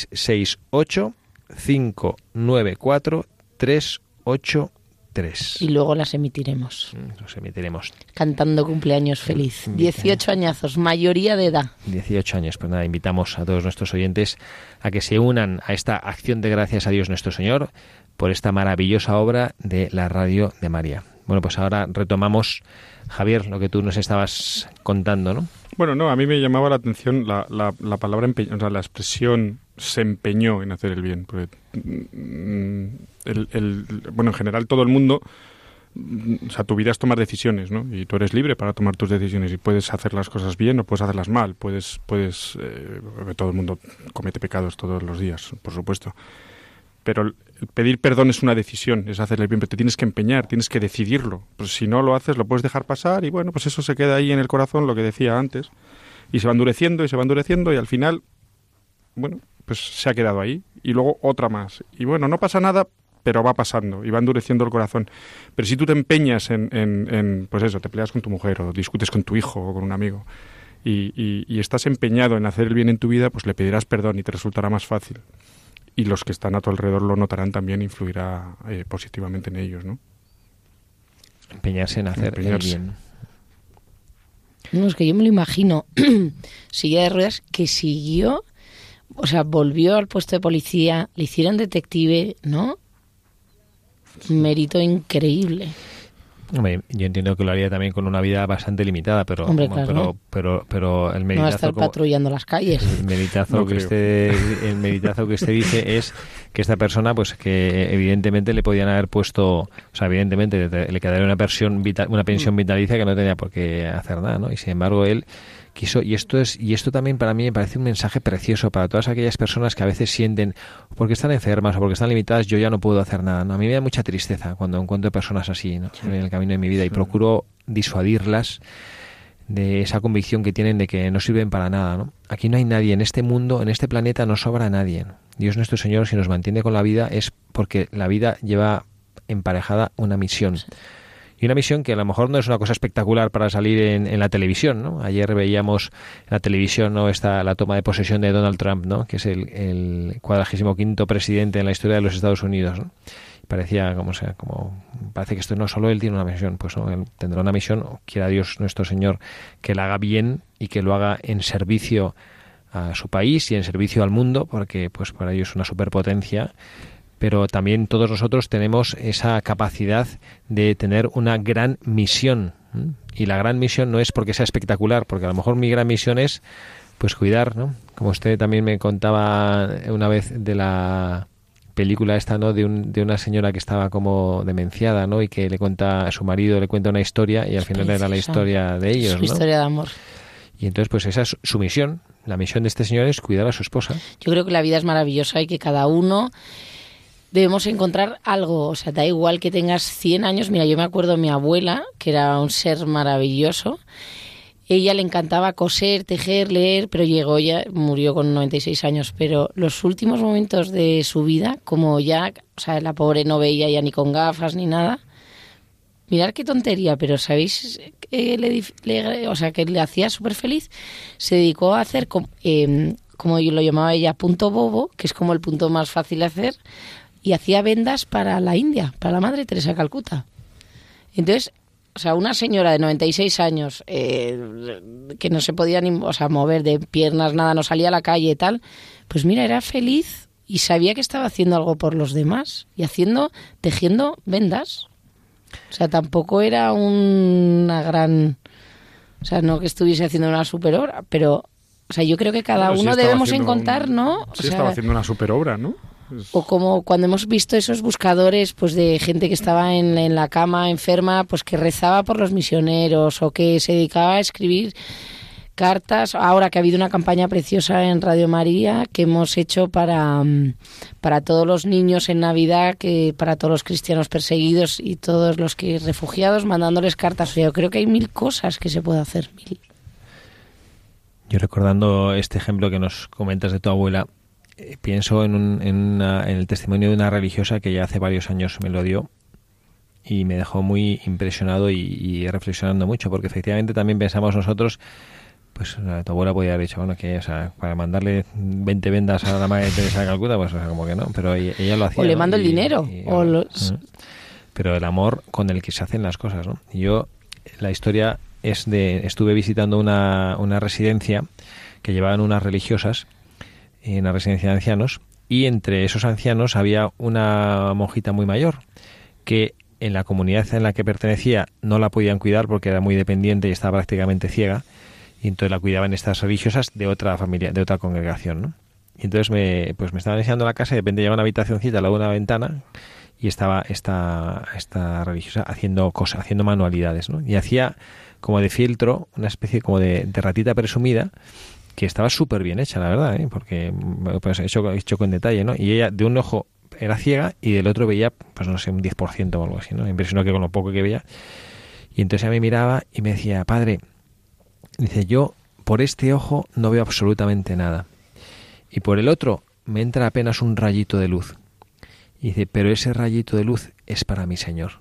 668-594-383. Y luego las emitiremos. Los emitiremos. Cantando cumpleaños feliz. 18 añazos, mayoría de edad. 18 años. Pues nada, invitamos a todos nuestros oyentes a que se unan a esta acción de gracias a Dios nuestro Señor por esta maravillosa obra de la Radio de María. Bueno, pues ahora retomamos, Javier, lo que tú nos estabas contando, ¿no? Bueno, no, a mí me llamaba la atención la palabra empeño, o sea, la expresión se empeñó en hacer el bien. Porque, bueno, en general todo el mundo, o sea, tu vida es tomar decisiones, ¿no? Y tú eres libre para tomar tus decisiones y puedes hacer las cosas bien o puedes hacerlas mal. Todo el mundo comete pecados todos los días, por supuesto. Pero el pedir perdón es una decisión, es hacerle bien, pero te tienes que empeñar, tienes que decidirlo. Pues si no lo haces, lo puedes dejar pasar y bueno, pues eso se queda ahí en el corazón, lo que decía antes, y se va endureciendo y al final, bueno, pues se ha quedado ahí. Y luego otra más. Y bueno, no pasa nada, pero va pasando y va endureciendo el corazón. Pero si tú te empeñas en pues eso, te peleas con tu mujer o discutes con tu hijo o con un amigo y estás empeñado en hacer el bien en tu vida, pues le pedirás perdón y te resultará más fácil. Y los que están a tu alrededor lo notarán también, influirá positivamente en ellos, ¿no? Empeñarse en hacer el bien. No, es que yo me lo imagino, silla de ruedas, que siguió, o sea, volvió al puesto de policía, le hicieron detective, ¿no? Mérito increíble. Hombre, yo entiendo que lo haría también con una vida bastante limitada, pero hombre, claro. pero el meritazo, no va a estar patrullando las calles. El meritazo que usted dice es que esta persona, pues que evidentemente le podían haber puesto, o sea, evidentemente le quedaría una pensión vitalicia que no tenía por qué hacer nada, ¿no? Y sin embargo él quiso, y esto también para mí me parece un mensaje precioso para todas aquellas personas que a veces sienten, porque están enfermas o porque están limitadas, yo ya no puedo hacer nada, ¿no? A mí me da mucha tristeza cuando encuentro personas así, ¿no? En el camino de mi vida, y procuro disuadirlas de esa convicción que tienen de que no sirven para nada, ¿no? Aquí no hay nadie, en este mundo, en este planeta no sobra nadie, ¿no? Dios nuestro Señor, si nos mantiene con la vida, es porque la vida lleva emparejada una misión. Y una misión que a lo mejor no es una cosa espectacular para salir en la televisión, ¿no? Ayer veíamos en la televisión, ¿no?, la toma de posesión de Donald Trump, ¿no?, que es el 45º presidente en la historia de los Estados Unidos, ¿no? Parecía parece que esto no solo él tiene una misión, pues no, él tendrá una misión, quiera Dios nuestro Señor que la haga bien y que lo haga en servicio a su país y en servicio al mundo, porque pues para ello es una superpotencia. Pero también todos nosotros tenemos esa capacidad de tener una gran misión. Y la gran misión no es porque sea espectacular, porque a lo mejor mi gran misión es pues cuidar, ¿no? Como usted también me contaba una vez de la película esta, ¿no? De una señora que estaba como demenciada, ¿no? Y que le cuenta a su marido, le cuenta una historia y al final era la historia de ellos, su historia de amor. Y entonces, pues esa es su misión. La misión de este señor es cuidar a su esposa. Yo creo que la vida es maravillosa y que cada uno debemos encontrar algo. O sea, da igual que tengas 100 años. Mira, yo me acuerdo de mi abuela, que era un ser maravilloso. Ella le encantaba coser, tejer, leer, pero murió con 96 años. Pero los últimos momentos de su vida, como ya, o sea, la pobre no veía ya ni con gafas ni nada. Mirad qué tontería, pero ¿sabéis que le hacía súper feliz? Se dedicó a hacer, como yo lo llamaba ella, punto bobo, que es como el punto más fácil de hacer, y hacía vendas para la India, para la Madre Teresa de Calcuta. Entonces, o sea, una señora de 96 años que no se podía ni mover de piernas, nada, no salía a la calle y tal, pues mira, era feliz y sabía que estaba haciendo algo por los demás y tejiendo vendas. O sea, tampoco era una gran... O sea, no que estuviese haciendo una super obra, pero... O sea, yo creo que cada uno debemos encontrar, ¿no? Sí, estaba haciendo una super obra, ¿no? O como cuando hemos visto esos buscadores pues de gente que estaba en la cama enferma, pues que rezaba por los misioneros o que se dedicaba a escribir cartas. Ahora que ha habido una campaña preciosa en Radio María que hemos hecho para todos los niños en Navidad, que para todos los cristianos perseguidos y todos los que refugiados, mandándoles cartas. O sea, yo creo que hay 1000 cosas que se puede hacer. 1000. Yo recordando este ejemplo que nos comentas de tu abuela, pienso en el testimonio de una religiosa que ya hace varios años me lo dio y me dejó muy impresionado y reflexionando mucho, porque efectivamente también pensamos nosotros, pues tu abuela podía haber dicho, bueno, que para mandarle 20 vendas a la Madre Teresa de Calcuta, pues como que no, pero ella lo hacía. O le mando el dinero. Pero el amor con el que se hacen las cosas, ¿no? Y la historia estuve visitando una residencia que llevaban unas religiosas, en una residencia de ancianos, y entre esos ancianos había una monjita muy mayor que en la comunidad en la que pertenecía no la podían cuidar porque era muy dependiente y estaba prácticamente ciega, y entonces la cuidaban estas religiosas de otra familia, de otra congregación, ¿no? Y entonces me estaban enseñando la casa y de repente llegaba una habitacioncita al lado de una ventana y estaba esta religiosa haciendo manualidades, ¿no? Y hacía como de fieltro, una especie como de ratita presumida, que estaba súper bien hecha, la verdad, ¿eh? Porque pues hecho con detalle, ¿no? Y ella de un ojo era ciega y del otro veía, pues no sé, un 10% o algo así, ¿no? Me impresionó que con lo poco que veía. Y entonces ella me miraba y me decía, padre, dice, yo por este ojo no veo absolutamente nada. Y por el otro me entra apenas un rayito de luz. Y dice, pero ese rayito de luz es para mi Señor.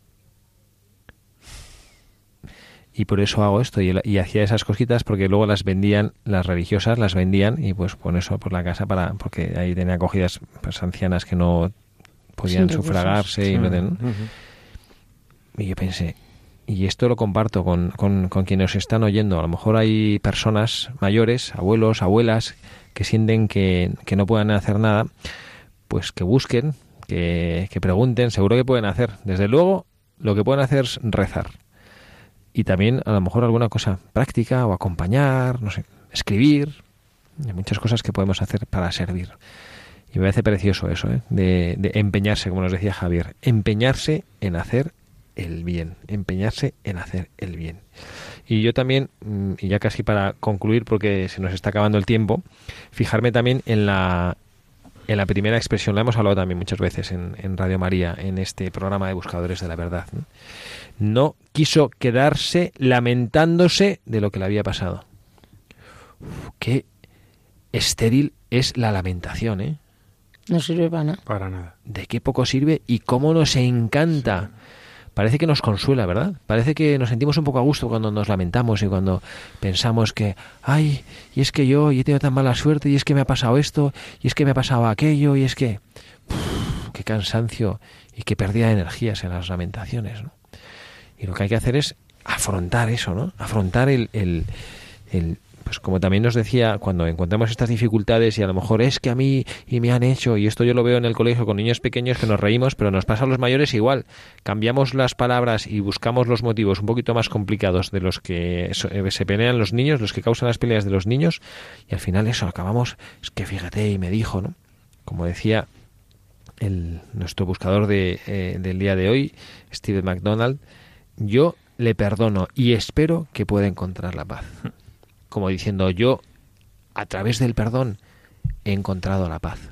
Y por eso hago esto, y hacía esas cositas porque luego las vendían, las religiosas las vendían, y pues por eso por la casa, porque ahí tenía acogidas pues ancianas que no podían sufragarse. Y yo pensé, y esto lo comparto con quienes están oyendo, a lo mejor hay personas mayores, abuelos, abuelas, que sienten que no pueden hacer nada, pues que busquen, que pregunten, seguro que pueden hacer. Desde luego, lo que pueden hacer es rezar. Y también a lo mejor alguna cosa práctica o acompañar, no sé, escribir. Hay muchas cosas que podemos hacer para servir. Y me parece precioso eso, ¿eh? De empeñarse, como nos decía Javier, empeñarse en hacer el bien, empeñarse en hacer el bien. Y yo también, y ya casi para concluir porque se nos está acabando el tiempo, fijarme también en la primera expresión, la hemos hablado también muchas veces en Radio María, en este programa de Buscadores de la Verdad, ¿no? No quiso quedarse lamentándose de lo que le había pasado. Qué estéril es la lamentación, ¿eh? No sirve para nada. Para nada. De qué poco sirve y cómo nos encanta. Parece que nos consuela, ¿verdad? Parece que nos sentimos un poco a gusto cuando nos lamentamos y cuando pensamos que, ay, y es que yo he tenido tan mala suerte, y es que me ha pasado esto, y es que me ha pasado aquello, y es que... qué cansancio y qué pérdida de energías en las lamentaciones, ¿no? Y lo que hay que hacer es afrontar eso, ¿no? Afrontar pues como también nos decía, cuando encontramos estas dificultades y a lo mejor es que a mí y me han hecho, y esto yo lo veo en el colegio con niños pequeños que nos reímos, pero nos pasa a los mayores igual. Cambiamos las palabras y buscamos los motivos un poquito más complicados de los que se pelean los niños, los que causan las peleas de los niños, y al final eso, acabamos, es que fíjate, y me dijo, ¿no? Como decía nuestro buscador del día de hoy, Steve McDonald, yo le perdono y espero que pueda encontrar la paz. Como diciendo, yo a través del perdón he encontrado la paz.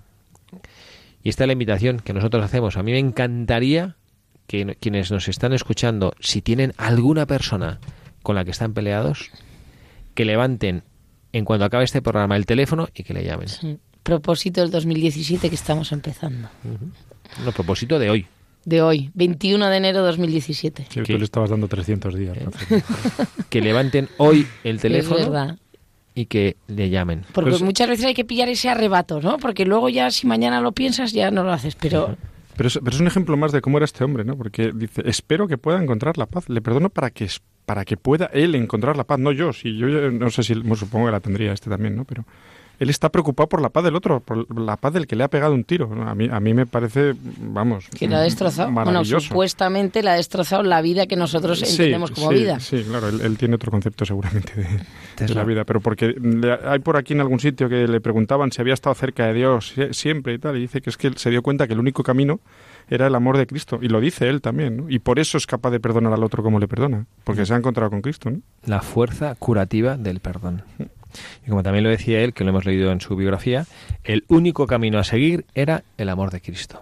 Y esta es la invitación que nosotros hacemos. A mí me encantaría que quienes nos están escuchando, si tienen alguna persona con la que están peleados, que levanten en cuanto acabe este programa el teléfono y que le llamen. Sí. Propósito del 2017 que estamos empezando. No, propósito de hoy. De hoy, 21 de enero de 2017. Sí, tú le estabas dando 300 días. Que levanten hoy el teléfono. Es verdad. Y que le llamen. Porque pues, muchas veces hay que pillar ese arrebato, ¿no? Porque luego ya si mañana lo piensas ya no lo haces, pero es un ejemplo más de cómo era este hombre, ¿no? Porque dice, espero que pueda encontrar la paz. Le perdono para que pueda él encontrar la paz, no yo. Si yo no sé si, supongo que la tendría también, ¿no? Pero él está preocupado por la paz del otro, por la paz del que le ha pegado un tiro. A mí me parece, vamos, que la ha destrozado. Bueno, supuestamente le ha destrozado la vida que nosotros entendemos como vida. Sí, claro, él tiene otro concepto seguramente de la vida, pero porque hay por aquí en algún sitio que le preguntaban si había estado cerca de Dios siempre y tal, y dice que es que él se dio cuenta que el único camino era el amor de Cristo, y lo dice él también, ¿no? Y por eso es capaz de perdonar al otro como le perdona, porque se ha encontrado con Cristo, ¿no? La fuerza curativa del perdón. Y como también lo decía él, que lo hemos leído en su biografía, el único camino a seguir era el amor de Cristo.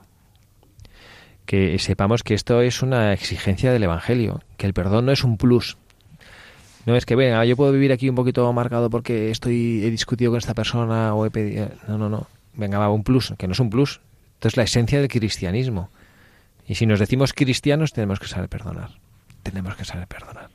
Que sepamos que esto es una exigencia del Evangelio, que el perdón no es un plus. No es que, venga, yo puedo vivir aquí un poquito amargado porque he discutido con esta persona o he pedido... No. Venga, va, un plus, que no es un plus. Esto es la esencia del cristianismo. Y si nos decimos cristianos, tenemos que saber perdonar. Tenemos que saber perdonar.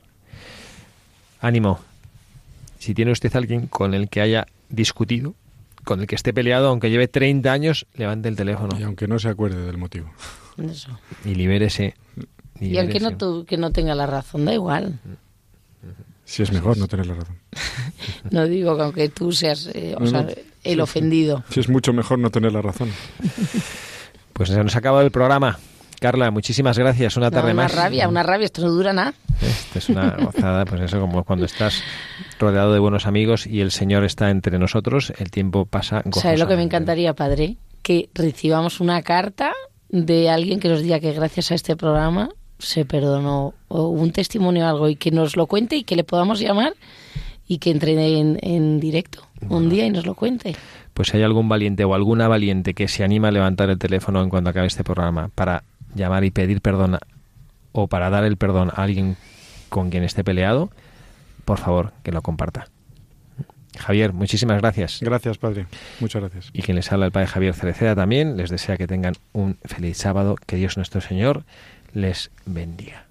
Ánimo. Si tiene usted alguien con el que haya discutido, con el que esté peleado, aunque lleve 30 años, levante el teléfono. Y aunque no se acuerde del motivo. Eso. Y libérese. Y aunque que no tenga la razón, da igual. Sí, es mejor no tener la razón. No digo que aunque tú seas el ofendido. Sí, es mucho mejor no tener la razón. Pues se nos ha acabado el programa. Carla, muchísimas gracias. Una tarde más. Una rabia, esto no dura nada. Esto es una gozada, pues eso, como cuando estás rodeado de buenos amigos y el Señor está entre nosotros, el tiempo pasa gozosamente. ¿Sabes lo que me encantaría, padre? Que recibamos una carta de alguien que nos diga que gracias a este programa se perdonó, o un testimonio o algo, y que nos lo cuente y que le podamos llamar y que entre en directo un día y nos lo cuente. Pues si hay algún valiente o alguna valiente que se anima a levantar el teléfono en cuanto acabe este programa para llamar y pedir perdón o para dar el perdón a alguien con quien esté peleado, por favor, que lo comparta. Javier, muchísimas gracias. Gracias, padre. Muchas gracias. Y quien les habla, el padre Javier Cereceda, también les desea que tengan un feliz sábado, que Dios nuestro Señor les bendiga.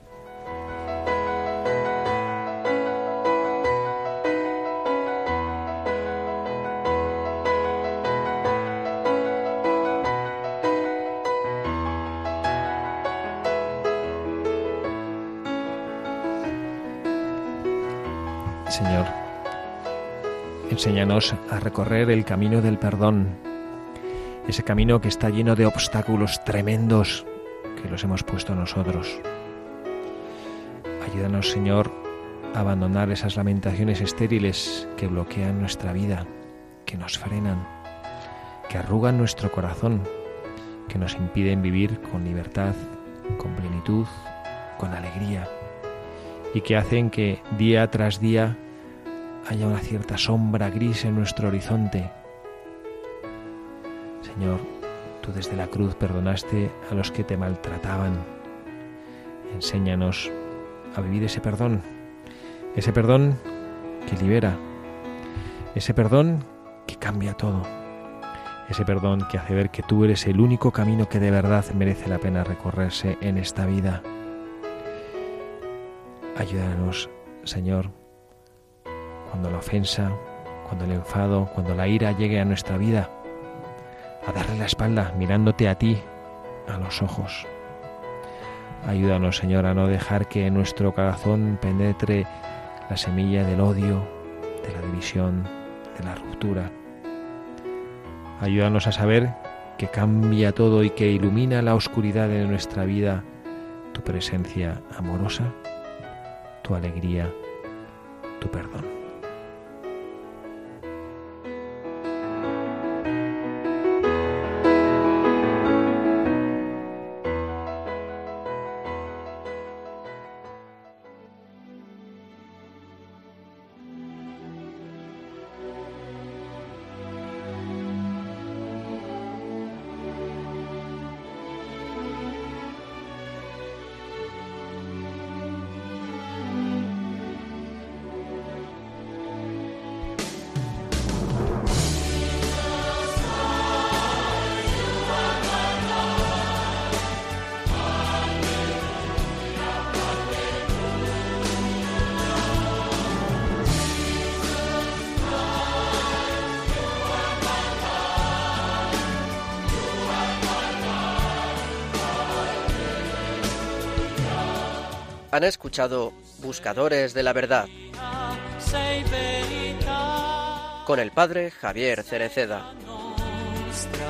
Señor, enséñanos a recorrer el camino del perdón, ese camino que está lleno de obstáculos tremendos que los hemos puesto nosotros. Ayúdanos, Señor, a abandonar esas lamentaciones estériles que bloquean nuestra vida, que nos frenan, que arrugan nuestro corazón, que nos impiden vivir con libertad, con plenitud, con alegría, y que hacen que día tras día haya una cierta sombra gris en nuestro horizonte. Señor, tú desde la cruz perdonaste a los que te maltrataban. Enséñanos a vivir ese perdón que libera, ese perdón que cambia todo, ese perdón que hace ver que tú eres el único camino que de verdad merece la pena recorrerse en esta vida. Ayúdanos, Señor, cuando la ofensa, cuando el enfado, cuando la ira llegue a nuestra vida, a darle la espalda mirándote a ti, a los ojos. Ayúdanos, Señor, a no dejar que en nuestro corazón penetre la semilla del odio, de la división, de la ruptura. Ayúdanos a saber que cambia todo y que ilumina la oscuridad de nuestra vida tu presencia amorosa, tu alegría, tu perdón. Han escuchado Buscadores de la Verdad con el padre Javier Cereceda.